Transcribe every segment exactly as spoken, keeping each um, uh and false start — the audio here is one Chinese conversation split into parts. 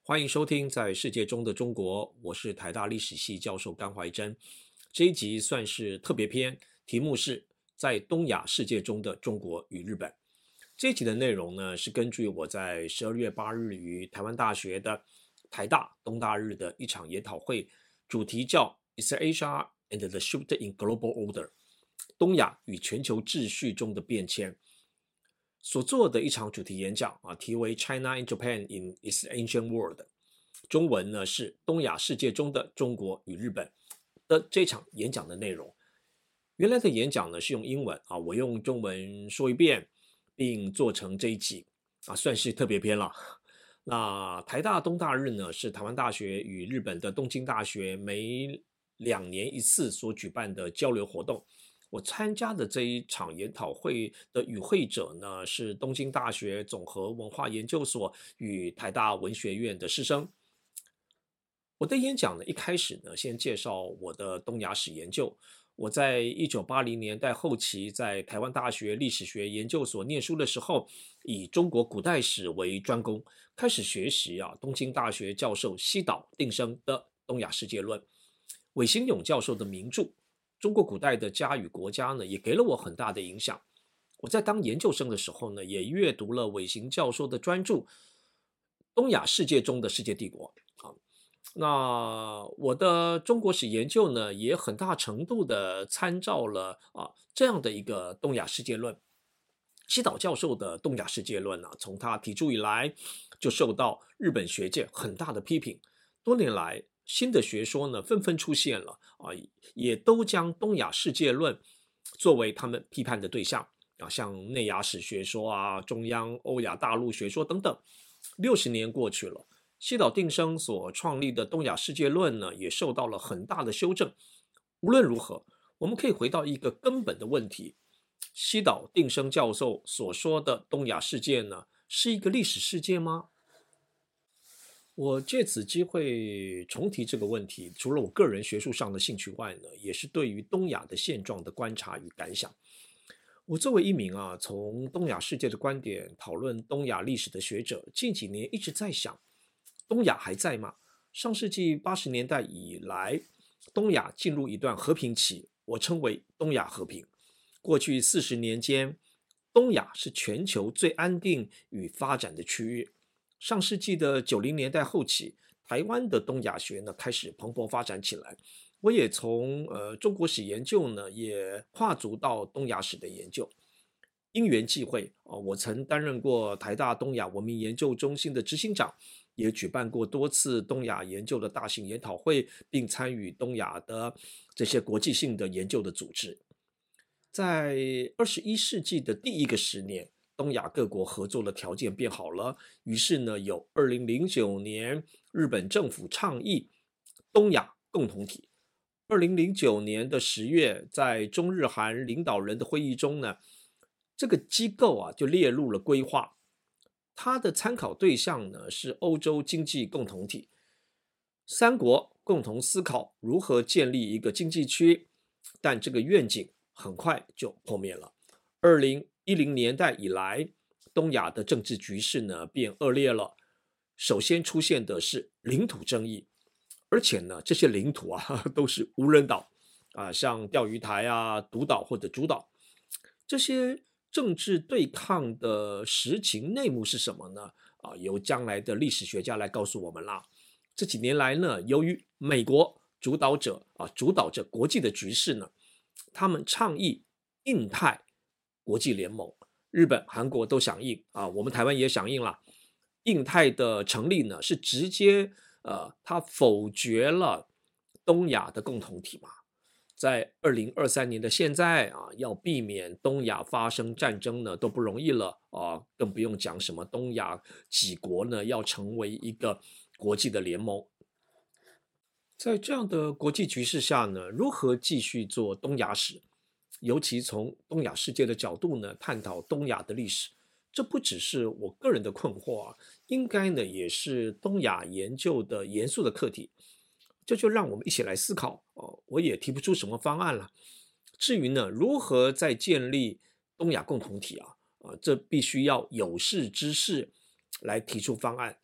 欢迎收听《在世界中的中国》，我是台大历史系教授甘怀真。这一集算是特别篇，题目是在东亚世界中的中国与日本。这一集的内容呢，是根据我在十二月八日于台湾大学的台大东大日的一场研讨会，主题叫 Is Asia and the Shift in Global Order 东亚与全球秩序中的变迁所做的一场主题演讲啊，题为 China and Japan in its Ancient World， 中文呢是东亚世界中的中国与日本的这场演讲的内容。原来的演讲呢是用英文啊，我用中文说一遍，并做成这一集啊，算是特别篇了。那台大东大日呢是台湾大学与日本的东京大学每两年一次所举办的交流活动。我参加的这一场研讨会的与会者呢，是东京大学总和文化研究所与台大文学院的师生。我的演讲呢，一开始呢，先介绍我的东亚史研究。我在一九八零年代后期在台湾大学历史学研究所念书的时候，以中国古代史为专攻，开始学习啊东京大学教授西岛定生的《东亚世界论》，韦行勇教授的名著中国古代的家与国家呢，也给了我很大的影响。我在当研究生的时候呢，也阅读了韦行教授的专著《东亚世界中的世界帝国》啊。那我的中国史研究呢，也很大程度的参照了啊这样的一个东亚世界论。西岛教授的东亚世界论呢、啊，从他提出以来，就受到日本学界很大的批评。多年来，新的学说呢纷纷出现了啊，也都将东亚世界论作为他们批判的对象啊，像内亚史学说啊、中央欧亚大陆学说等等。六十年过去了，西岛定生所创立的东亚世界论呢，也受到了很大的修正。无论如何，我们可以回到一个根本的问题：西岛定生教授所说的东亚世界呢，是一个历史世界吗？我借此机会重提这个问题，除了我个人学术上的兴趣外呢，也是对于东亚的现状的观察与感想。我作为一名啊，从东亚世界的观点讨论东亚历史的学者，近几年一直在想，东亚还在吗？上世纪八十年代以来，东亚进入一段和平期，我称为东亚和平。过去四十年间，东亚是全球最安定与发展的区域。上世纪的九零年代后期，台湾的东亚学呢开始蓬勃发展起来。我也从呃中国史研究呢，也跨足到东亚史的研究。因缘际会啊、呃，我曾担任过台大东亚文明研究中心的执行长，也举办过多次东亚研究的大型研讨会，并参与东亚的这些国际性的研究的组织。在二十一世纪的第一个十年，东亚各国合作的条件变好了，于是呢，有二零零九年日本政府倡议东亚共同体。二零零九年的十月，在中日韩领导人的会议中呢，这个机构啊就列入了规划。它的参考对象呢是欧洲经济共同体，三国共同思考如何建立一个经济区，但这个愿景很快就破灭了。二零一零年代以来，东亚的政治局势呢变恶劣了。首先出现的是领土争议，而且呢，这些领土啊都是无人岛啊，像钓鱼台啊、独岛或者主岛。这些政治对抗的实情内幕是什么呢？啊，由将来的历史学家来告诉我们啦。这几年来呢，由于美国主导者啊主导着国际的局势呢，他们倡议印太国际联盟，日本、韩国都响应啊，我们台湾也响应了。印太的成立呢，是直接呃，他否决了东亚的共同体嘛。在二零二三年的现在啊，要避免东亚发生战争呢，都不容易了啊，更不用讲什么东亚几国呢要成为一个国际的联盟。在这样的国际局势下呢，如何继续做东亚史？尤其从东亚世界的角度呢，探讨东亚的历史，这不只是我个人的困惑啊，应该呢也是东亚研究的严肃的课题。这就让我们一起来思考哦，我也提不出什么方案了。至于呢，如何再建立东亚共同体啊，啊，这必须要有识之士来提出方案。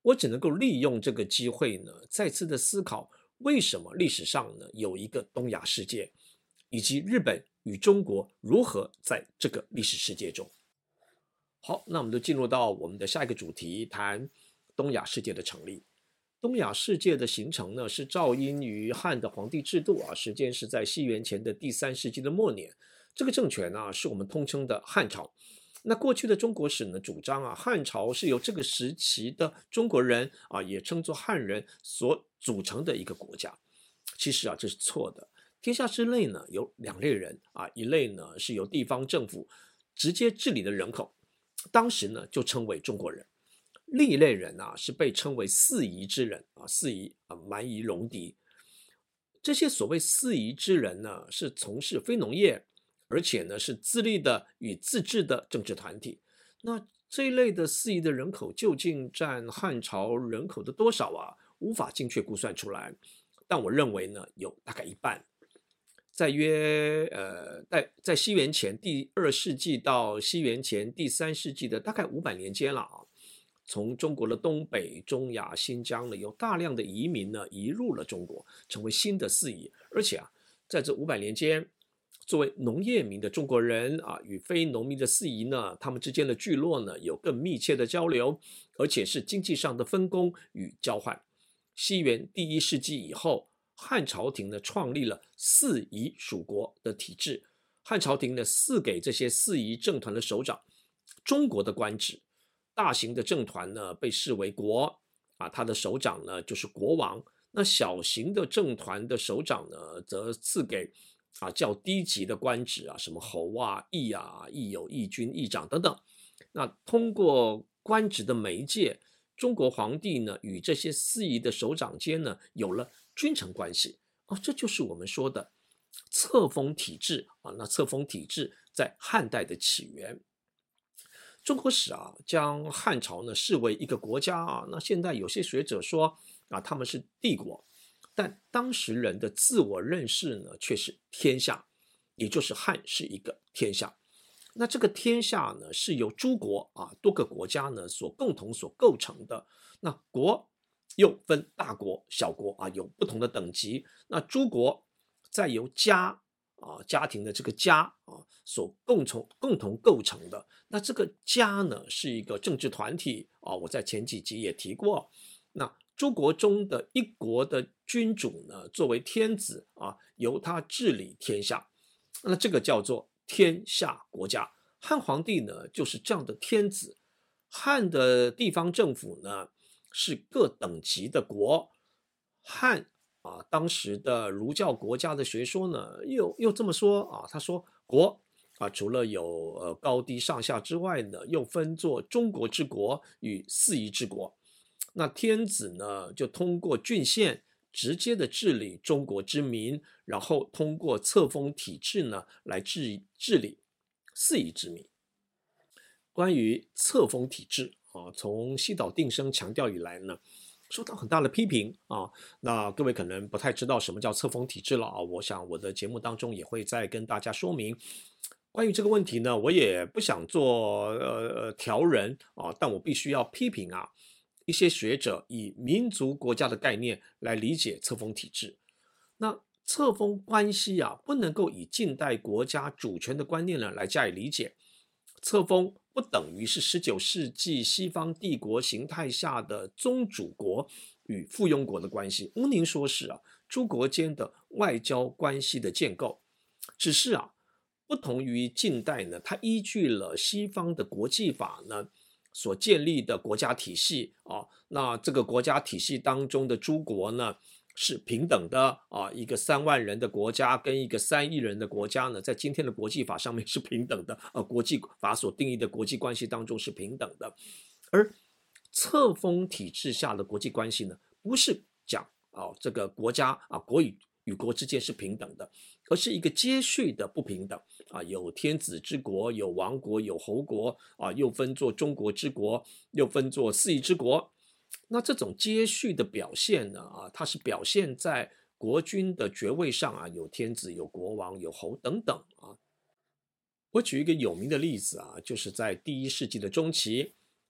我只能够利用这个机会呢，再次的思考为什么历史上呢有一个东亚世界，以及日本与中国如何在这个历史世界中。好，那我们就进入到我们的下一个主题，谈东亚世界的成立。东亚世界的形成呢，是肇因于汉的皇帝制度啊，时间是在西元前的第三世纪的末年。这个政权呢、啊，是我们通称的汉朝。那过去的中国史呢，主张啊，汉朝是由这个时期的中国人啊，也称作汉人所组成的一个国家。其实啊，这是错的。天下之内呢，有两类人啊，一类呢是由地方政府直接治理的人口，当时呢就称为中国人。另一类人啊，是被称为四夷之人啊，四夷啊，蛮夷、戎狄。这些所谓四夷之人呢，是从事非农业，而且呢是自立的与自治的政治团体。那这一类的四夷的人口究竟占汉朝人口的多少啊？无法精确估算出来，但我认为呢，有大概一半。在约呃，在在西元前第二世纪到西元前第三世纪的大概五百年间了啊，从中国的东北、中亚、新疆呢，有大量的移民呢移入了中国，成为新的四夷。而且啊，在这五百年间，作为农业民的中国人啊，与非农民的四夷呢，他们之间的聚落呢有更密切的交流，而且是经济上的分工与交换。西元第一世纪以后，汉朝廷呢创立了四夷属国的体制。汉朝廷呢赐给这些四夷政团的首长中国的官职。大型的政团呢被视为国啊，他的首长呢就是国王。那小型的政团的首长呢，则赐给啊较低级的官职啊，什么侯啊、邑啊、邑有、邑君、邑长等等。那通过官职的媒介，中国皇帝呢与这些四夷的首长间呢有了君臣关系哦，这就是我们说的册封体制啊。那册封体制在汉代的起源。中国史啊，将汉朝呢视为一个国家啊。那现在有些学者说啊，他们是帝国，但当时人的自我认识呢，却是天下，也就是汉是一个天下。那这个天下呢，是由诸国啊多个国家呢所共同所构成的。那国又分大国、小国啊，有不同的等级。那诸国再由家啊，家庭的这个家啊，所共同共同构成的。那这个家呢，是一个政治团体啊，我在前几集也提过。那诸国中的一国的君主呢，作为天子啊，由他治理天下，那这个叫做天下国家。汉皇帝呢，就是这样的天子。汉的地方政府呢，是各等级的国。汉啊，当时的儒教国家的学说呢，又又这么说啊，他说国啊，除了有呃高低上下之外呢，又分作中国之国与四夷之国。那天子呢，就通过郡县直接的治理中国之民，然后通过册封体制呢，来治治理四夷之民。关于册封体制啊，从西岛定生强调以来呢，受到很大的批评啊。那各位可能不太知道什么叫册封体制了啊，我想我的节目当中也会再跟大家说明。关于这个问题呢，我也不想做呃调人啊，但我必须要批评啊，一些学者以民族国家的概念来理解册封体制。那册封关系啊，不能够以近代国家主权的观念呢来加以理解。册封不等于是十九世纪西方帝国形态下的宗主国与附庸国的关系。毋宁说是啊，诸国间的外交关系的建构。只是啊，不同于近代呢，它依据了西方的国际法呢所建立的国家体系啊。那这个国家体系当中的诸国呢，是平等的啊，一个三万人的国家跟一个三亿人的国家呢，在今天的国际法上面是平等的，呃，国际法所定义的国际关系当中是平等的。而册封体制下的国际关系呢，不是讲啊这个国家啊国与与国之间是平等的，而是一个接续的不平等啊，有天子之国，有王国，有侯国啊，又分作中国之国，又分作四夷之国。那这种接续的表现呢，啊，它是表现在国君的爵位上啊，有天子、有国王、有侯等等啊。我举一个有名的例子啊，就是在第一世纪的中期，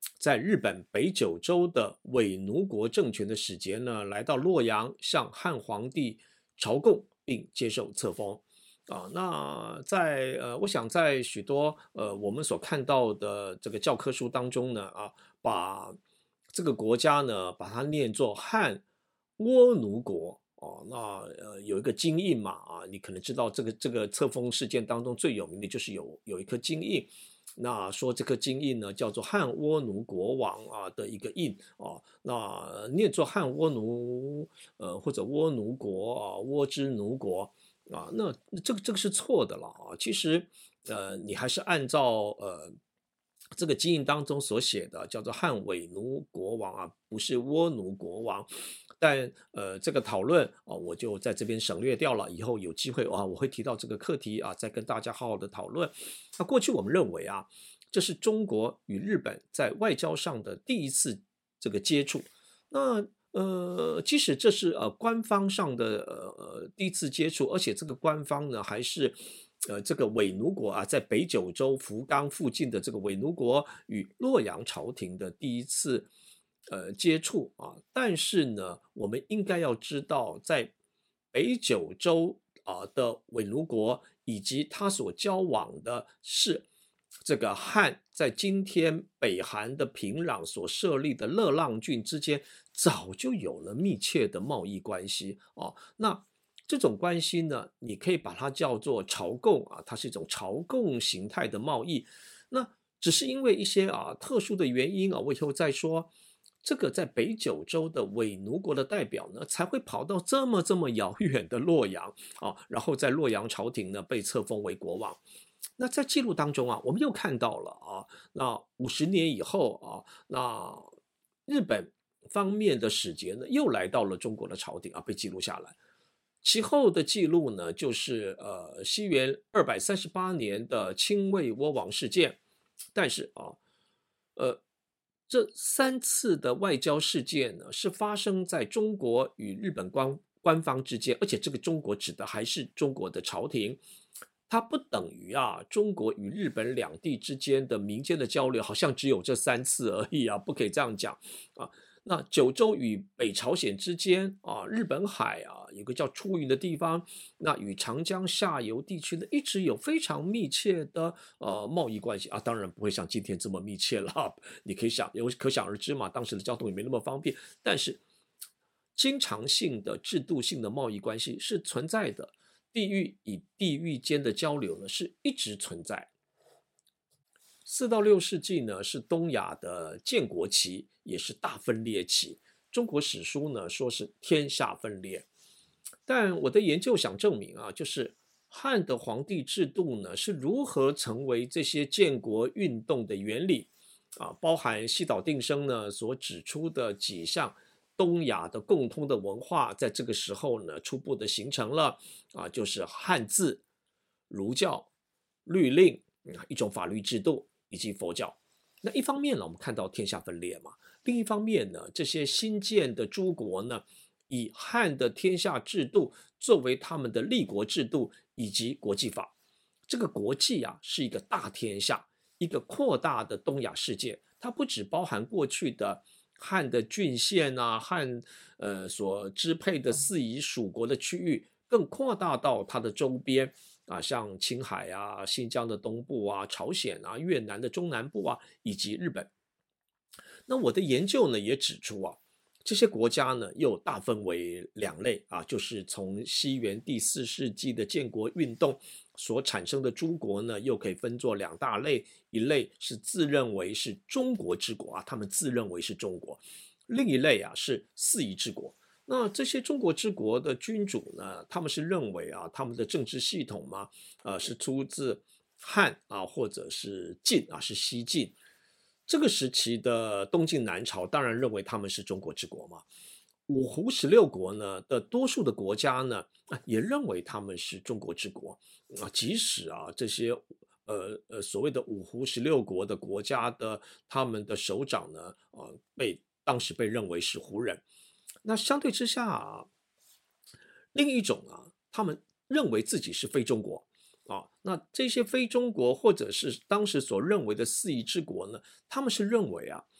在日本北九州的伪奴国政权的使节呢，来到洛阳向汉皇帝朝贡，并接受册封。啊，那在呃，我想在许多呃我们所看到的这个教科书当中呢，啊，把这个国家呢，把它念作汉倭奴国。哦，那呃有一个金印嘛，啊，你可能知道这个这个册封事件当中最有名的就是有有一颗金印，那说这颗金印呢叫做汉倭奴国王啊的一个印啊，那念作汉倭奴呃或者倭奴国啊，倭之奴国啊，那这个这个是错的了啊，其实呃你还是按照呃。这个金印当中所写的叫做汉伪奴国王啊，不是倭奴国王。但呃，这个讨论啊、我就在这边省略掉了。以后有机会啊，我会提到这个课题啊，再跟大家好好的讨论。那过去我们认为啊，这是中国与日本在外交上的第一次这个接触。那呃，即使这是呃官方上的呃呃第一次接触，而且这个官方呢还是呃这个伪奴国啊，在北九州福冈附近的这个伪奴国与洛阳朝廷的第一次呃接触啊，但是呢，我们应该要知道，在北九州啊的伪奴国以及他所交往的是这个汉在今天北韩的平壤所设立的乐浪郡之间，早就有了密切的贸易关系哦。那这种关系呢，你可以把它叫做朝贡啊，它是一种朝贡形态的贸易。那只是因为一些啊特殊的原因啊，我以后再说。这个在北九州的伪奴国的代表呢，才会跑到这么这么遥远的洛阳啊，然后在洛阳朝廷呢被册封为国王。那在记录当中啊，我们又看到了啊，那五十年以后啊，那日本方面的使节呢又来到了中国的朝廷啊，被记录下来。其后的记录呢，就是呃西元二百三十八年的清魏倭王事件，但是啊，呃，这三次的外交事件呢，是发生在中国与日本官官方之间，而且这个中国指的还是中国的朝廷。它不等于啊，中国与日本两地之间的民间的交流，好像只有这三次而已啊，不可以这样讲啊。那九州与北朝鲜之间啊，日本海啊，有个叫出云的地方，那与长江下游地区呢，一直有非常密切的呃贸易关系啊，当然不会像今天这么密切了，你可以想，有可想而知嘛，当时的交通也没那么方便，但是经常性的制度性的贸易关系是存在的。地域与地域间的交流呢，是一直存在。四到六世纪呢，是东亚的建国期，也是大分裂期。中国史书呢说是天下分裂，但我的研究想证明啊，就是汉的皇帝制度呢是如何成为这些建国运动的原理啊，包含西岛定生呢所指出的几项东亚的共通的文化，在这个时候呢初步的形成了啊，就是汉字、儒教、律令啊一种法律制度以及佛教。那一方面呢，我们看到天下分裂嘛；另一方面呢，这些新建的诸国呢，以汉的天下制度作为他们的立国制度以及国际法。这个国际啊，是一个大天下，一个扩大的东亚世界，它不只包含过去的汉的郡县啊，汉呃所支配的四夷属国的区域，更扩大到它的周边啊，像青海啊、新疆的东部啊、朝鲜啊、越南的中南部啊，以及日本。那我的研究呢也指出啊，这些国家呢又大分为两类啊，就是从西元第四世纪的建国运动所产生的诸国呢，又可以分作两大类，一类是自认为是中国之国啊，他们自认为是中国；另一类啊是四夷之国。那这些中国之国的君主呢，他们是认为啊，他们的政治系统嘛，呃，是出自汉啊，或者是晋啊，是西晋。这个时期的东晋南朝当然认为他们是中国之国嘛。五胡十六国呢的多数的国家呢，也认为他们是中国之国啊。即使啊这些呃呃所谓的五胡十六国的国家的他们的首长呢，啊被当时被认为是胡人。那相对之下啊，另一种啊，他们认为自己是非中国。啊，那这些非中国或者是当时所认为的四夷之国呢，他们是认为啊，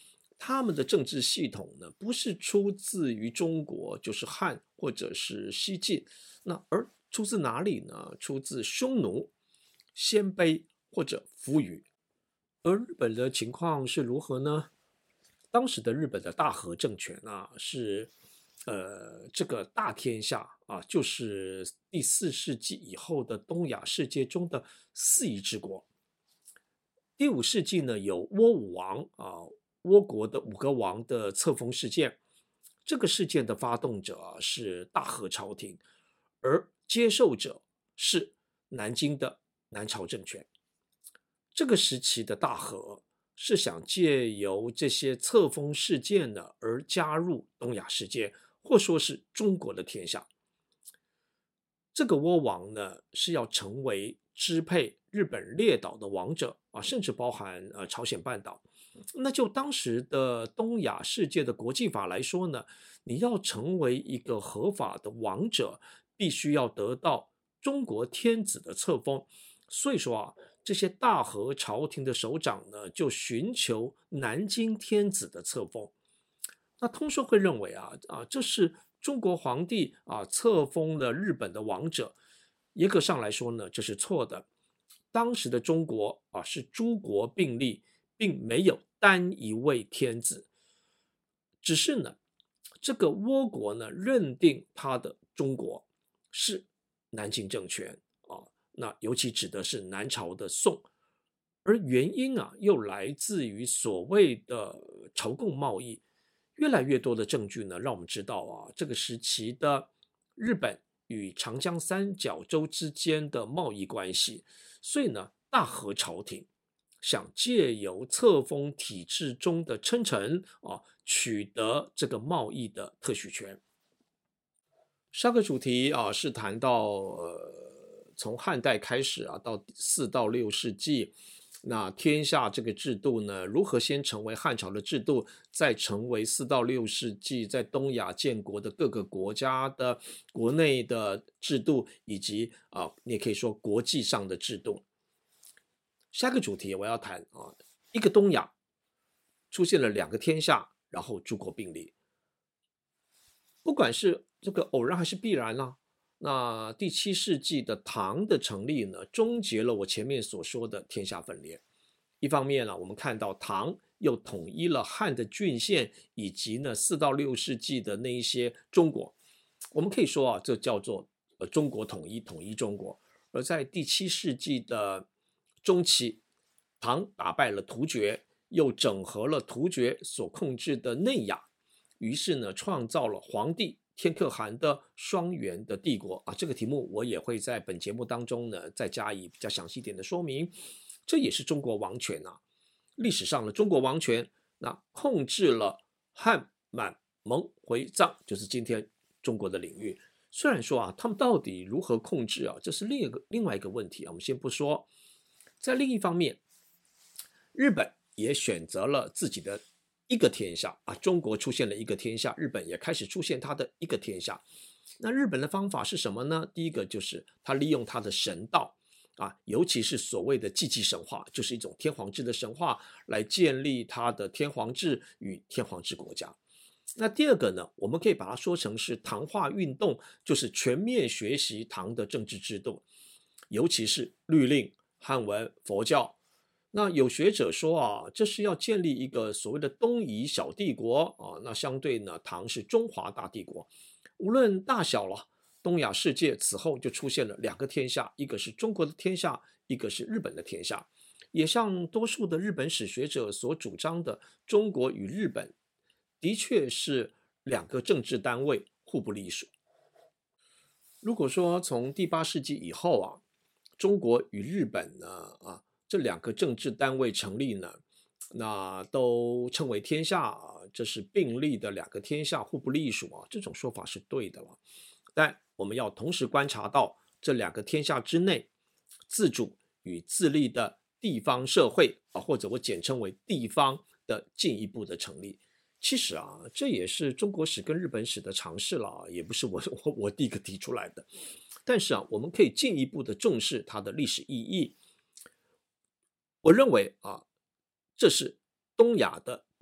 他们的政治系统呢，不是出自于中国，就是汉或者是西晋，那而出自哪里呢？出自匈奴、鲜卑或者扶余。而日本的情况是如何呢？当时的日本的大和政权啊，是呃这个大天下啊，就是第四世纪以后的东亚世界中的四夷之国。第五世纪呢，有倭武王啊，倭国的五个王的册封事件。这个事件的发动者啊是大和朝廷，而接受者是南京的南朝政权。这个时期的大和是想借由这些册封事件呢，而加入东亚世界，或说是中国的天下。这个倭王呢，是要成为支配日本列岛的王者啊，甚至包含呃朝鲜半岛。那就当时的东亚世界的国际法来说呢，你要成为一个合法的王者，必须要得到中国天子的册封。所以说啊，这些大和朝廷的首长呢，就寻求南京天子的册封。那通说会认为啊啊，这是中国皇帝啊册封了日本的王者。严格上来说呢，这是错的。当时的中国啊是诸国并立，并没有单一位天子，只是呢，这个倭国呢认定他的中国是南京政权啊，那尤其指的是南朝的宋，而原因啊又来自于所谓的朝贡贸易。越来越多的证据呢，让我们知道啊，这个时期的日本与长江三角洲之间的贸易关系，所以呢，大和朝廷想借由册封体制中的称臣啊，取得这个贸易的特许权。上个主题啊是谈到呃从汉代开始啊到四到六世纪，那天下这个制度呢，如何先成为汉朝的制度，再成为四到六世纪在东亚建国的各个国家的国内的制度，以及啊你也可以说国际上的制度。下个主题我要谈啊，一个东亚出现了两个天下，然后诸国并立。不管是这个偶然还是必然呢、啊，那第七世纪的唐的成立呢，终结了我前面所说的天下分裂。一方面呢，我们看到唐又统一了汉的郡县，以及呢四到六世纪的那一些中国。我们可以说啊，这叫做呃中国统一，统一中国。而在第七世纪的中期，唐打败了突厥，又整合了突厥所控制的内亚，于是呢，创造了黄帝天可汗的双元的帝国啊。这个题目我也会在本节目当中呢再加以比较详细一点的说明。这也是中国王权啊，历史上的中国王权，那控制了汉满蒙回藏，就是今天中国的领域。虽然说啊，他们到底如何控制啊，这是另一个另外一个问题啊，我们先不说。在另一方面，日本也选择了自己的一个天下啊，中国出现了一个天下，日本也开始出现它的一个天下。那日本的方法是什么呢？第一个就是他利用他的神道啊，尤其是所谓的祭祭神话，就是一种天皇制的神话，来建立他的天皇制与天皇制国家。那第二个呢，我们可以把它说成是唐化运动，就是全面学习唐的政治制度，尤其是律令、汉文、佛教。那有学者说啊，这是要建立一个所谓的东夷小帝国啊，那相对呢，唐是中华大帝国。无论大小了，东亚世界此后就出现了两个天下，一个是中国的天下，一个是日本的天下。也像多数的日本史学者所主张的，中国与日本的确是两个政治单位，互不隶属。如果说从第八世纪以后啊，中国与日本呢啊这两个政治单位成立呢，那都称为天下啊，这是并立的两个天下，互不隶属啊，这种说法是对的了。但我们要同时观察到这两个天下之内，自主与自立的地方社会啊，或者我简称为地方的进一步的成立。其实啊，这也是中国史跟日本史的尝试了，也不是我我我第一个提出来的。但是啊，我们可以进一步的重视它的历史意义。我认为啊，这是东亚的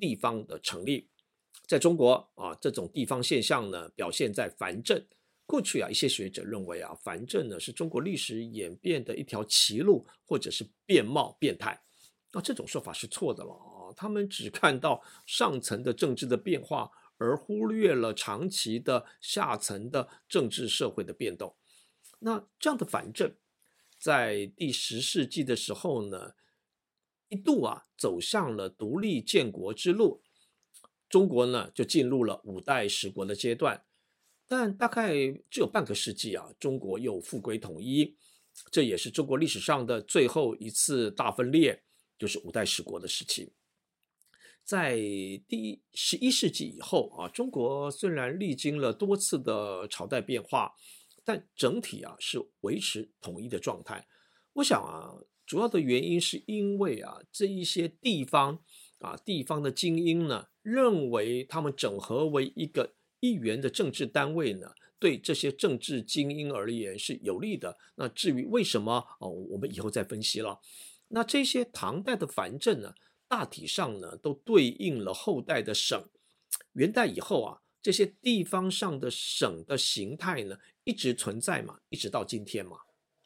地方的成立。在中国啊，这种地方现象呢，表现在藩镇。过去啊，一些学者认为啊，藩镇呢是中国历史演变的一条歧路，或者是变貌变态。那这种说法是错的了啊，他们只看到上层的政治的变化，而忽略了长期的下层的政治社会的变动。那这样的藩镇，在第十世纪的时候呢，一度啊走向了独立建国之路。中国呢就进入了五代十国的阶段，但大概只有半个世纪啊，中国又复归统一，这也是中国历史上的最后一次大分裂，就是五代十国的时期。在第十一世纪以后啊，中国虽然历经了多次的朝代变化，但整体啊是维持统一的状态。我想啊，主要的原因是因为啊，这一些地方啊，地方的精英呢，认为他们整合为一个一元的政治单位呢，对这些政治精英而言是有利的。那至于为什么哦，我们以后再分析了。那这些唐代的藩镇呢，大体上呢都对应了后代的省。元代以后啊，这些地方上的省的形态呢，一直存在嘛，一直到今天嘛。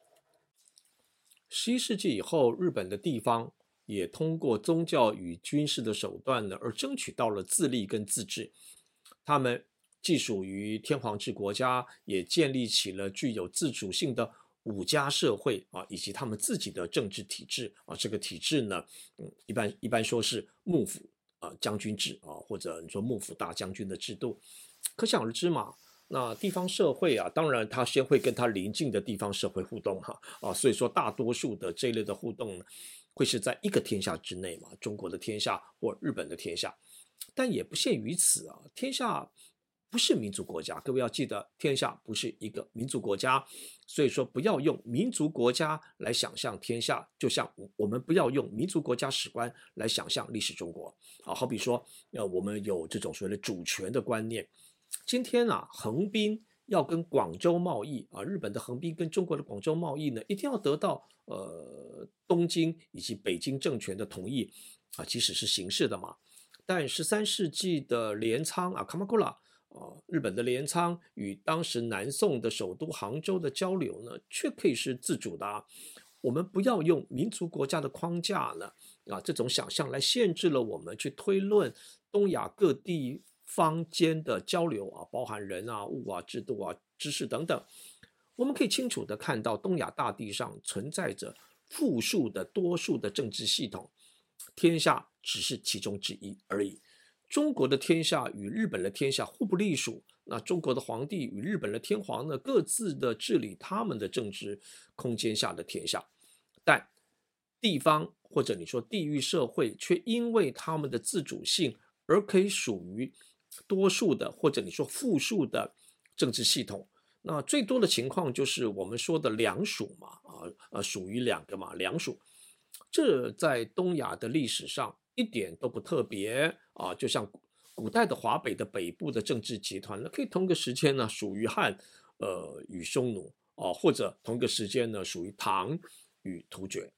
十一世纪以后，日本的地方也通过宗教与军事的手段呢，而争取到了自立跟自治。他们既属于天皇制国家，也建立起了具有自主性的武家社会啊，以及他们自己的政治体制啊。这个体制呢，嗯，一般一般说是幕府啊将军制啊，或者你说幕府大将军的制度。可想而知嘛。那地方社会啊，当然它先会跟它邻近的地方社会互动哈啊，所以说大多数的这一类的互动呢，会是在一个天下之内嘛，中国的天下或日本的天下，但也不限于此啊。天下不是民族国家，各位要记得，天下不是一个民族国家，所以说不要用民族国家来想象天下，就像我们不要用民族国家史观来想象历史中国啊。好比说，呃，我们有这种所谓的主权的观念。今天啊，横滨要跟广州贸易啊，日本的横滨跟中国的广州贸易呢，一定要得到呃东京以及北京政权的同意啊，即使是形式的嘛。但十三世纪的镰仓啊 ，Kamakura 啊，日本的镰仓与当时南宋的首都杭州的交流呢，却可以是自主的啊。我们不要用民族国家的框架呢啊这种想象来限制了我们去推论东亚各地方间的交流啊，包含人啊、物啊、制度啊、知识等等。我们可以清楚地看到，东亚大地上存在着复数的多数的政治系统，天下只是其中之一而已。中国的天下与日本的天下互不隶属，那中国的皇帝与日本的天皇呢，各自的治理他们的政治空间下的天下。但地方或者你说地域社会，却因为他们的自主性而可以属于多数的或者你说复数的政治系统。那最多的情况就是我们说的两属嘛，啊呃属于两个嘛，两属。这在东亚的历史上一点都不特别啊，就像古代的华北的北部的政治集团呢，可以同个时间呢属于汉呃与匈奴啊，或者同个时间呢属于唐与突厥。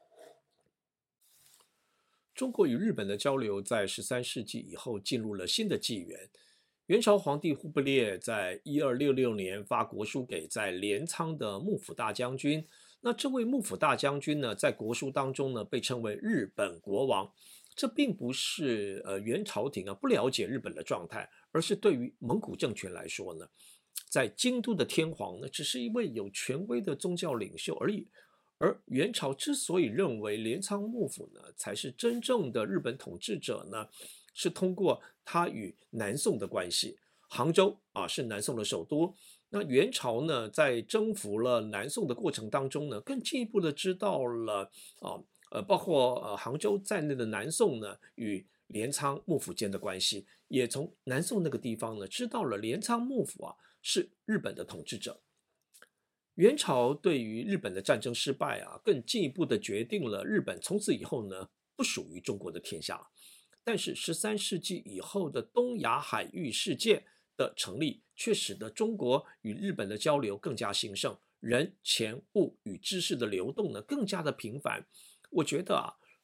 中国与日本的交流在十三世纪以后进入了新的纪元。元朝皇帝忽必烈在一二六六年发国书给在镰仓的幕府大将军。那这位幕府大将军呢，在国书当中呢被称为日本国王。这并不是呃元朝廷啊不了解日本的状态，而是对于蒙古政权来说呢，在京都的天皇呢只是一位有权威的宗教领袖而已。而元朝之所以认为镰仓幕府呢才是真正的日本统治者呢，是通过他与南宋的关系。杭州啊是南宋的首都，那元朝呢在征服了南宋的过程当中呢，更进一步的知道了啊呃包括呃杭州在内的南宋呢与镰仓幕府间的关系，也从南宋那个地方呢知道了镰仓幕府啊是日本的统治者。元朝对于日本的战争失败啊，更进一步的决定了日本从此以后呢不属于中国的天下。但是十三世纪以后的东亚海域世界的成立，却使得中国与日本的交流更加兴盛，人、钱、物与知识的流动呢更加的频繁。我觉得啊，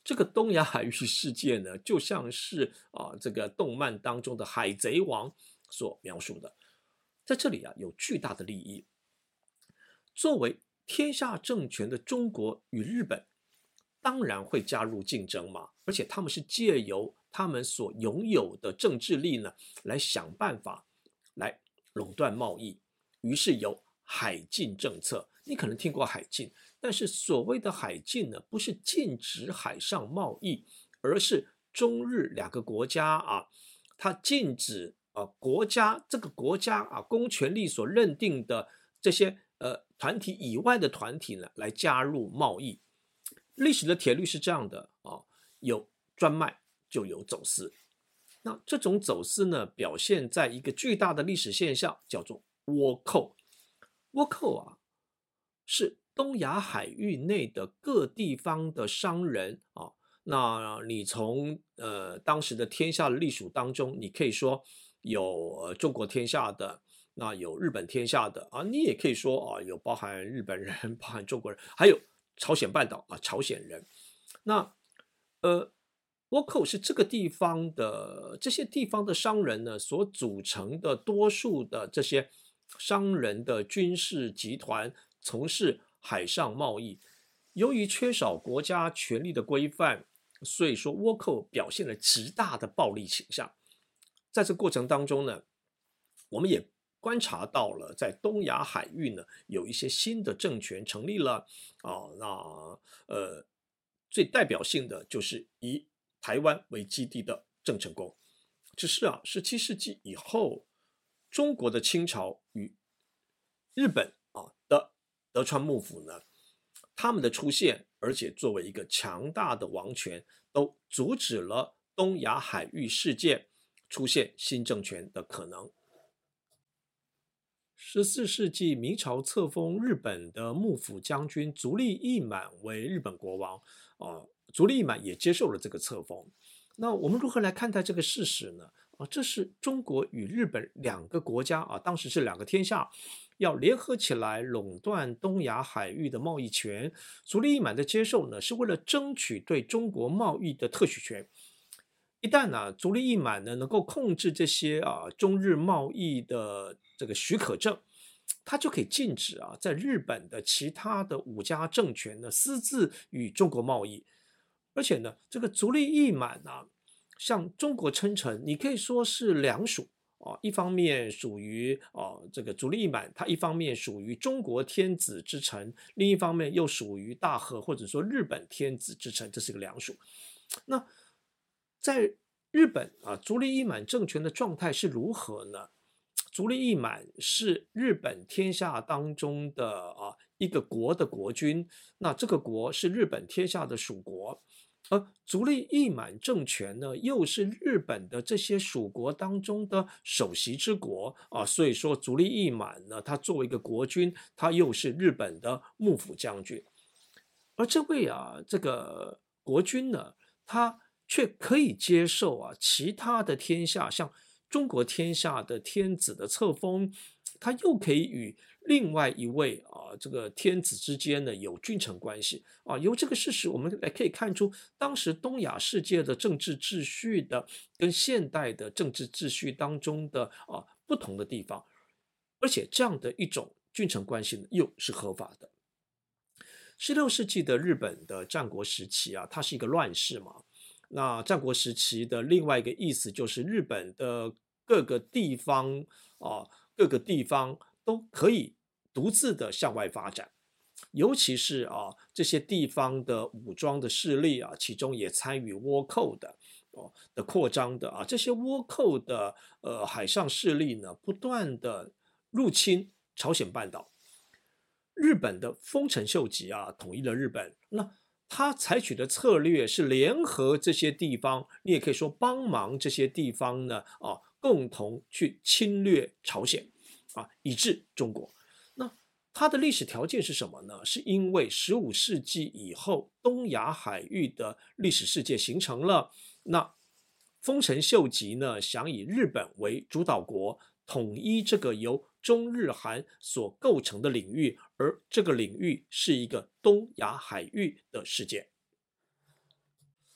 这个东亚海域世界呢，就像是啊这个动漫当中的海贼王所描述的，在这里啊有巨大的利益。作为天下政权的中国与日本，当然会加入竞争嘛，而且他们是借由他们所拥有的政治力呢，来想办法来垄断贸易。于是有海禁政策，你可能听过海禁，但是所谓的海禁呢，不是禁止海上贸易，而是中日两个国家啊，它禁止啊国家这个国家啊公权力所认定的这些呃团体以外的团体呢，来加入贸易。历史的铁律是这样的啊，有专卖就有走私。那这种走私呢，表现在一个巨大的历史现象，叫做倭寇。倭寇啊，是东亚海域内的各地方的商人啊。那你从呃当时的天下的隶属当中，你可以说有呃中国天下的，那有日本天下的啊，你也可以说啊有包含日本人、包含中国人，还有朝鲜半岛啊朝鲜人。那呃倭寇是这个地方的这些地方的商人呢所组成的多数的这些商人的军事集团，从事海上贸易。由于缺少国家权力的规范，所以说倭寇表现了极大的暴力倾向。在这过程当中呢，我们也观察到了，在东亚海域呢，有一些新的政权成立了啊。那呃，最代表性的就是以台湾为基地的郑成功。只是啊，十七世纪以后，中国的清朝与日本啊的德川幕府呢，他们的出现，而且作为一个强大的王权，都阻止了东亚海域事件出现新政权的可能。十四世纪，明朝册封日本的幕府将军足利义满为日本国王，啊，足利义满也接受了这个册封。那我们如何来看待这个事实呢？啊，这是中国与日本两个国家啊，当时是两个天下，要联合起来垄断东亚海域的贸易权。足利义满的接受呢，是为了争取对中国贸易的特许权。一旦呢、啊，足利义满呢能够控制这些啊中日贸易的这个许可证，他就可以禁止啊在日本的其他的五家政权呢私自与中国贸易。而且呢，这个足利义满啊，向中国称臣，你可以说是两属啊。一方面属于啊这个足利义满，他一方面属于中国天子之臣，另一方面又属于大和或者说日本天子之臣，这是个两属。那在日本啊，足利义满政权的状态是如何呢？足利义满是日本天下当中的啊一个国的国君，那这个国是日本天下的属国，而足利义满政权呢，又是日本的这些属国当中的首席之国啊，所以说足利义满呢，他作为一个国君，他又是日本的幕府将军，而这位啊这个国君呢，他却可以接受啊其他的天下，像中国天下的天子的册封，他又可以与另外一位啊这个天子之间呢有君臣关系啊。由这个事实，我们来可以看出，当时东亚世界的政治秩序的跟现代的政治秩序当中的啊不同的地方，而且这样的一种君臣关系呢又是合法的。十六世纪的日本的战国时期啊，它是一个乱世嘛。那战国时期的另外一个意思就是日本的各个地方啊，各个地方都可以独自的向外发展，尤其是啊这些地方的武装的势力啊，其中也参与倭寇的哦的扩张的啊，这些倭寇的呃海上势力呢，不断的入侵朝鲜半岛。日本的丰臣秀吉啊，统一了日本，那他采取的策略是联合这些地方，你也可以说帮忙这些地方呢，啊，共同去侵略朝鲜，啊，以至中国。那它的历史条件是什么呢？是因为十五世纪以后，东亚海域的历史世界形成了，那丰臣秀吉呢，想以日本为主导国，统一这个由中日韩所构成的领域，而这个领域是一个东亚海域的世界。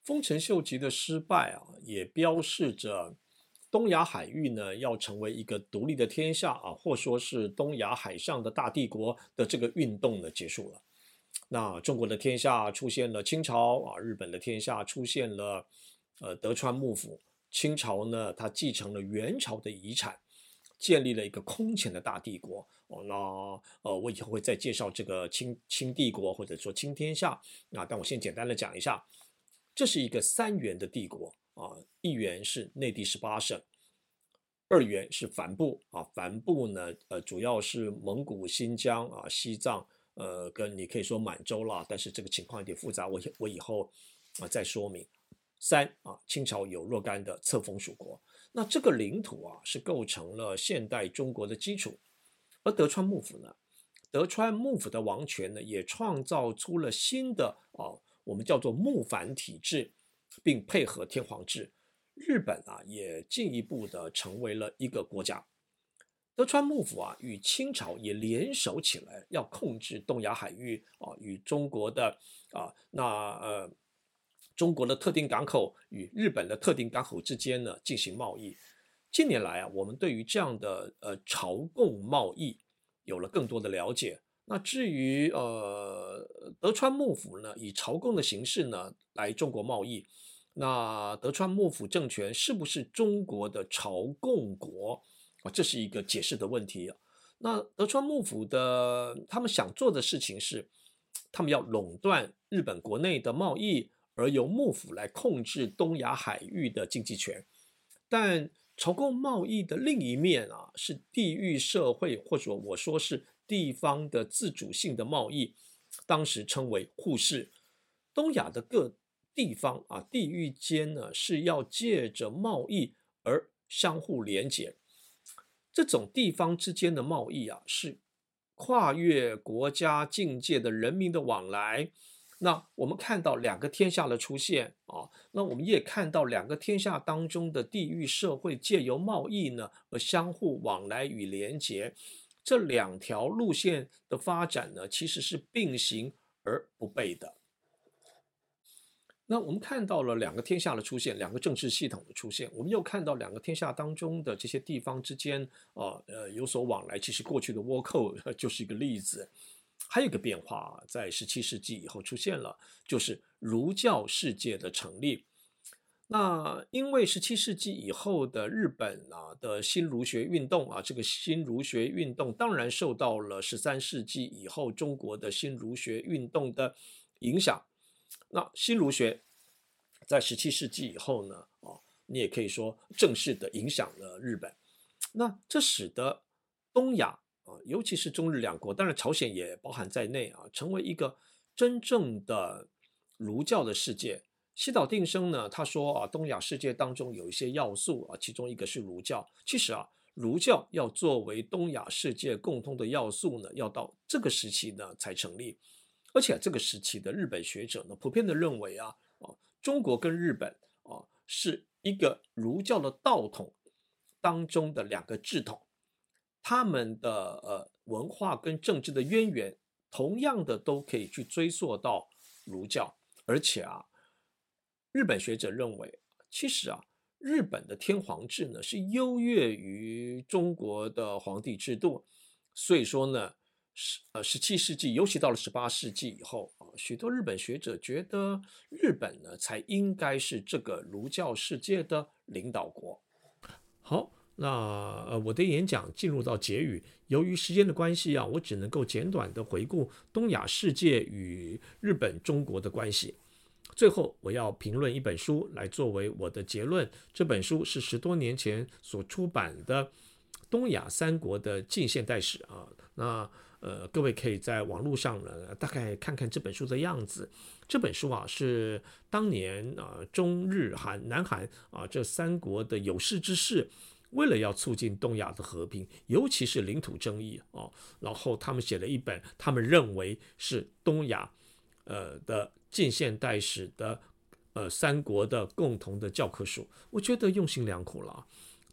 丰臣秀吉的失败啊，也标示着东亚海域呢要成为一个独立的天下啊，或说是东亚海上的大帝国的这个运动呢结束了。那中国的天下出现了清朝啊，日本的天下出现了呃德川幕府。清朝呢，它继承了元朝的遗产，建立了一个空前的大帝国。哦，那呃，我以后会再介绍这个清清帝国或者说清天下啊，但我先简单的讲一下，这是一个三元的帝国啊，一元是内地十八省，二元是藩部啊，藩部呢，呃，主要是蒙古、新疆啊、西藏，呃，跟你可以说满洲啦，但是这个情况有点复杂，我我以后啊再说明。三啊，清朝有若干的册封属国，那这个领土啊是构成了现代中国的基础。而德川幕府呢，德川幕府的王权呢，也创造出了新的啊，我们叫做幕藩体制，并配合天皇制。日本啊，也进一步的成为了一个国家。德川幕府啊，与清朝也联手起来，要控制东亚海域啊，与中国的啊，那呃。中国的特定港口与日本的特定港口之间呢进行贸易。近年来啊，我们对于这样的呃朝贡贸易有了更多的了解。那至于呃德川幕府呢，以朝贡的形式呢来中国贸易，那德川幕府政权是不是中国的朝贡国啊？这是一个解释的问题啊。那德川幕府的他们想做的事情是，他们要垄断日本国内的贸易。而由幕府来控制东亚海域的经济权，但朝贡贸易的另一面啊，是地域社会，或者我说是地方的自主性的贸易，当时称为互市。东亚的各地方啊，地域间呢是要借着贸易而相互连结。这种地方之间的贸易啊，是跨越国家境界的人民的往来。那我们看到两个天下的出现啊，那我们也看到两个天下当中的地域社会借由贸易呢而相互往来与连结，这两条路线的发展呢其实是并行而不悖的。那我们看到了两个天下的出现，两个政治系统的出现，我们又看到两个天下当中的这些地方之间呃呃有所往来，其实过去的倭寇就是一个例子。还有一个变化，在十七世纪以后出现了，就是儒教世界的成立。那因为十七世纪以后的日本啊的新儒学运动啊，这个新儒学运动当然受到了十三世纪以后中国的新儒学运动的影响。那新儒学在十七世纪以后呢，啊，你也可以说正式的影响了日本。那这使得东亚啊，尤其是中日两国，当然朝鲜也包含在内啊，成为一个真正的儒教的世界。西岛定生呢，他说啊，东亚世界当中有一些要素啊，其中一个是儒教。其实啊，儒教要作为东亚世界共通的要素呢，要到这个时期呢才成立。而且这个时期的日本学者呢，普遍的认为啊，啊，中国跟日本啊是一个儒教的道统当中的两个志统。他们的呃文化跟政治的渊源，同样的都可以去追溯到儒教。而且啊，日本学者认为，其实啊，日本的天皇制呢是优越于中国的皇帝制度。所以说呢，十呃十七世纪，尤其到了十八世纪以后啊，许多日本学者觉得日本呢才应该是这个儒教世界的领导国。好。那呃，我的演讲进入到结语，由于时间的关系啊，我只能够简短的回顾东亚世界与日本、中国的关系。最后，我要评论一本书来作为我的结论。这本书是十多年前所出版的《东亚三国的近现代史》啊。那呃，各位可以在网络上呢，大概看看这本书的样子。这本书啊，是当年啊中日韩、南韩啊这三国的有识之士，为了要促进东亚的和平，尤其是领土争议哦，然后他们写了一本他们认为是东亚呃的近现代史的呃三国的共同的教科书，我觉得用心良苦了。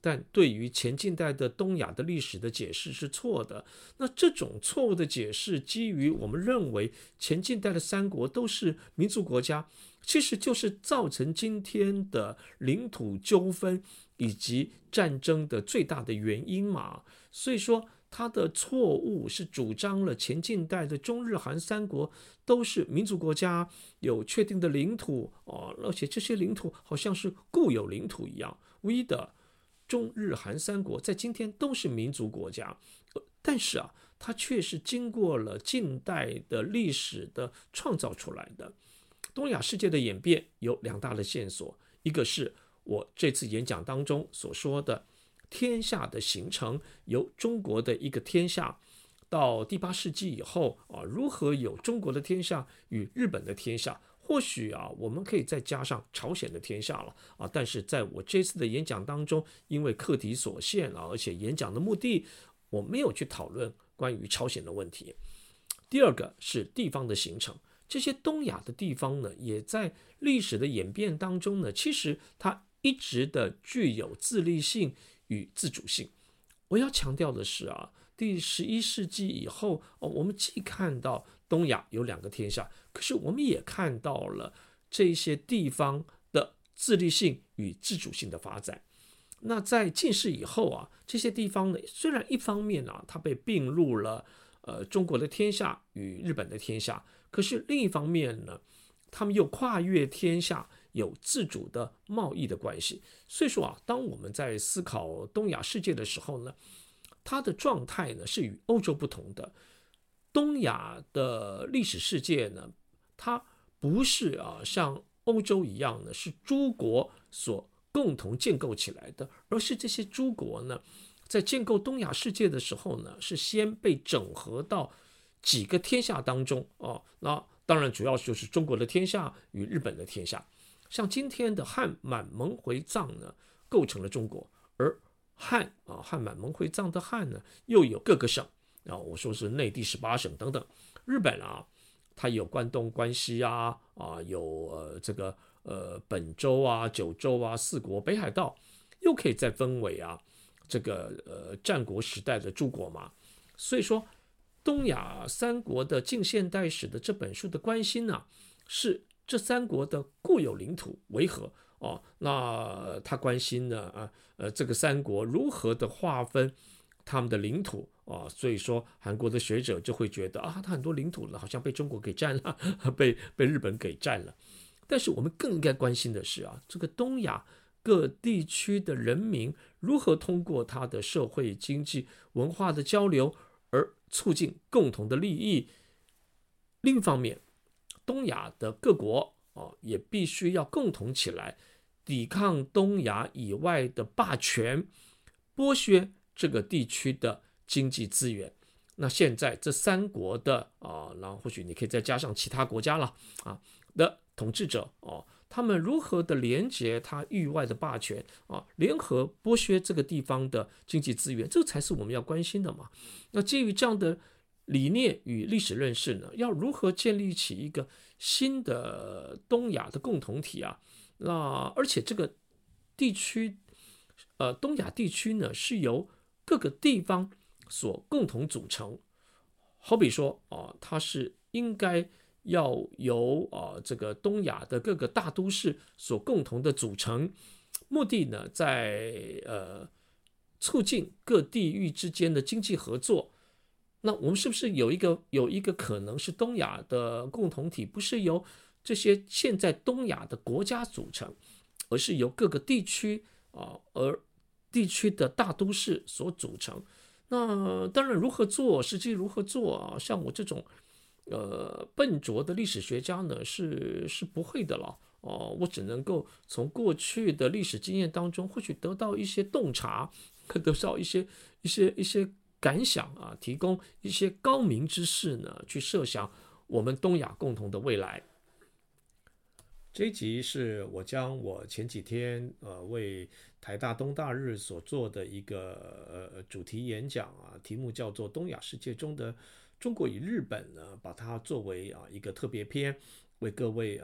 但对于前近代的东亚的历史的解释是错的。那这种错误的解释，基于我们认为前近代的三国都是民族国家，其实就是造成今天的领土纠纷以及战争的最大的原因嘛。所以说他的错误是主张了前近代的中日韩三国都是民族国家，有确定的领土、哦、而且这些领土好像是固有领土一样。唯一的中日韩三国在今天都是民族国家，但是啊，它却是经过了近代的历史的创造出来的。东亚世界的演变有两大的线索，一个是我这次演讲当中所说的天下的形成，由中国的一个天下到第八世纪以后啊，如何有中国的天下与日本的天下，或许啊，我们可以再加上朝鲜的天下了啊。但是在我这次的演讲当中，因为课题所限啊，而且演讲的目的，我没有去讨论关于朝鲜的问题。第二个是地方的形成，这些东亚的地方呢，也在历史的演变当中呢，其实它一直的具有自立性与自主性。我要强调的是啊，第十一世纪以后，哦，我们既看到东亚有两个天下，可是我们也看到了这些地方的自立性与自主性的发展。那在近世以后啊，这些地方呢，虽然一方面啊，它被并入了呃中国的天下与日本的天下，可是另一方面呢，他们又跨越天下，有自主的贸易的关系。所以说啊，当我们在思考东亚世界的时候呢，它的状态呢是与欧洲不同的。东亚的历史世界呢，它不是啊像欧洲一样呢，是诸国所共同建构起来的，而是这些诸国呢，在建构东亚世界的时候呢，是先被整合到几个天下当中哦。那当然主要就是中国的天下与日本的天下。像今天的汉满蒙回藏呢，构成了中国，而汉啊汉满蒙回藏的汉呢，又有各个省啊，我说是内地十八省等等。日本啊，它有关东、关西啊啊，有呃这个呃本州啊、九州啊、四国、北海道，又可以再分为啊这个呃战国时代的诸国嘛。所以说，东亚三国的近现代史的这本书的关心呢、啊，是这三国的固有领土为何哦？那他关心呢啊呃这个三国如何的划分他们的领土啊？所以说韩国的学者就会觉得啊，他很多领土呢好像被中国给占了，被被日本给占了。但是我们更应该关心的是啊，这个东亚各地区的人民如何通过他的社会、经济、文化的交流而促进共同的利益。另一方面，东亚的各国、哦、也必须要共同起来，抵抗东亚以外的霸权，剥削这个地区的经济资源。那现在这三国的啊，然后或许你可以再加上其他国家了啊的统治者哦，他们如何的连结他域外的霸权啊，联合剥削这个地方的经济资源，这才是我们要关心的嘛。那基于这样的理念与历史认识呢，要如何建立起一个新的东亚的共同体啊？那而且这个地区，呃，东亚地区呢，是由各个地方所共同组成。好比说啊，它是应该要由啊这个东亚的各个大都市所共同的组成，目的呢，在呃促进各地域之间的经济合作。那我们是不是有一个有一个可能是东亚的共同体，不是由这些现在东亚的国家组成，而是由各个地区啊，而地区的大都市所组成？那当然，如何做，实际如何做啊？像我这种呃笨拙的历史学家呢，是是不会的了哦。我只能够从过去的历史经验当中，或许得到一些洞察，得到一些一些一些感想啊，提供一些高明之士呢，去设想我们东亚共同的未来。这一集是我将我前几天呃为台大东大日所做的一个呃主题演讲啊，题目叫做《东亚世界中的中国与日本》呢，把它作为啊一个特别篇，为各位呃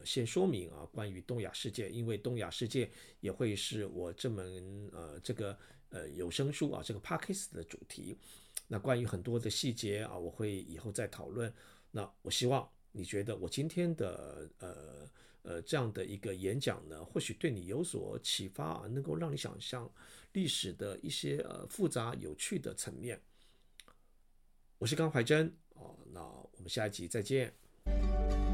先说明啊，关于东亚世界，因为东亚世界也会是我这门呃这个呃有声书啊这个 podcast 的主题。那关于很多的细节啊，我会以后再讨论。那我希望你觉得我今天的呃呃这样的一个演讲呢，或许对你有所启发啊，能够让你想象历史的一些呃复杂有趣的层面。我是甘怀真哦，那我们下一集再见。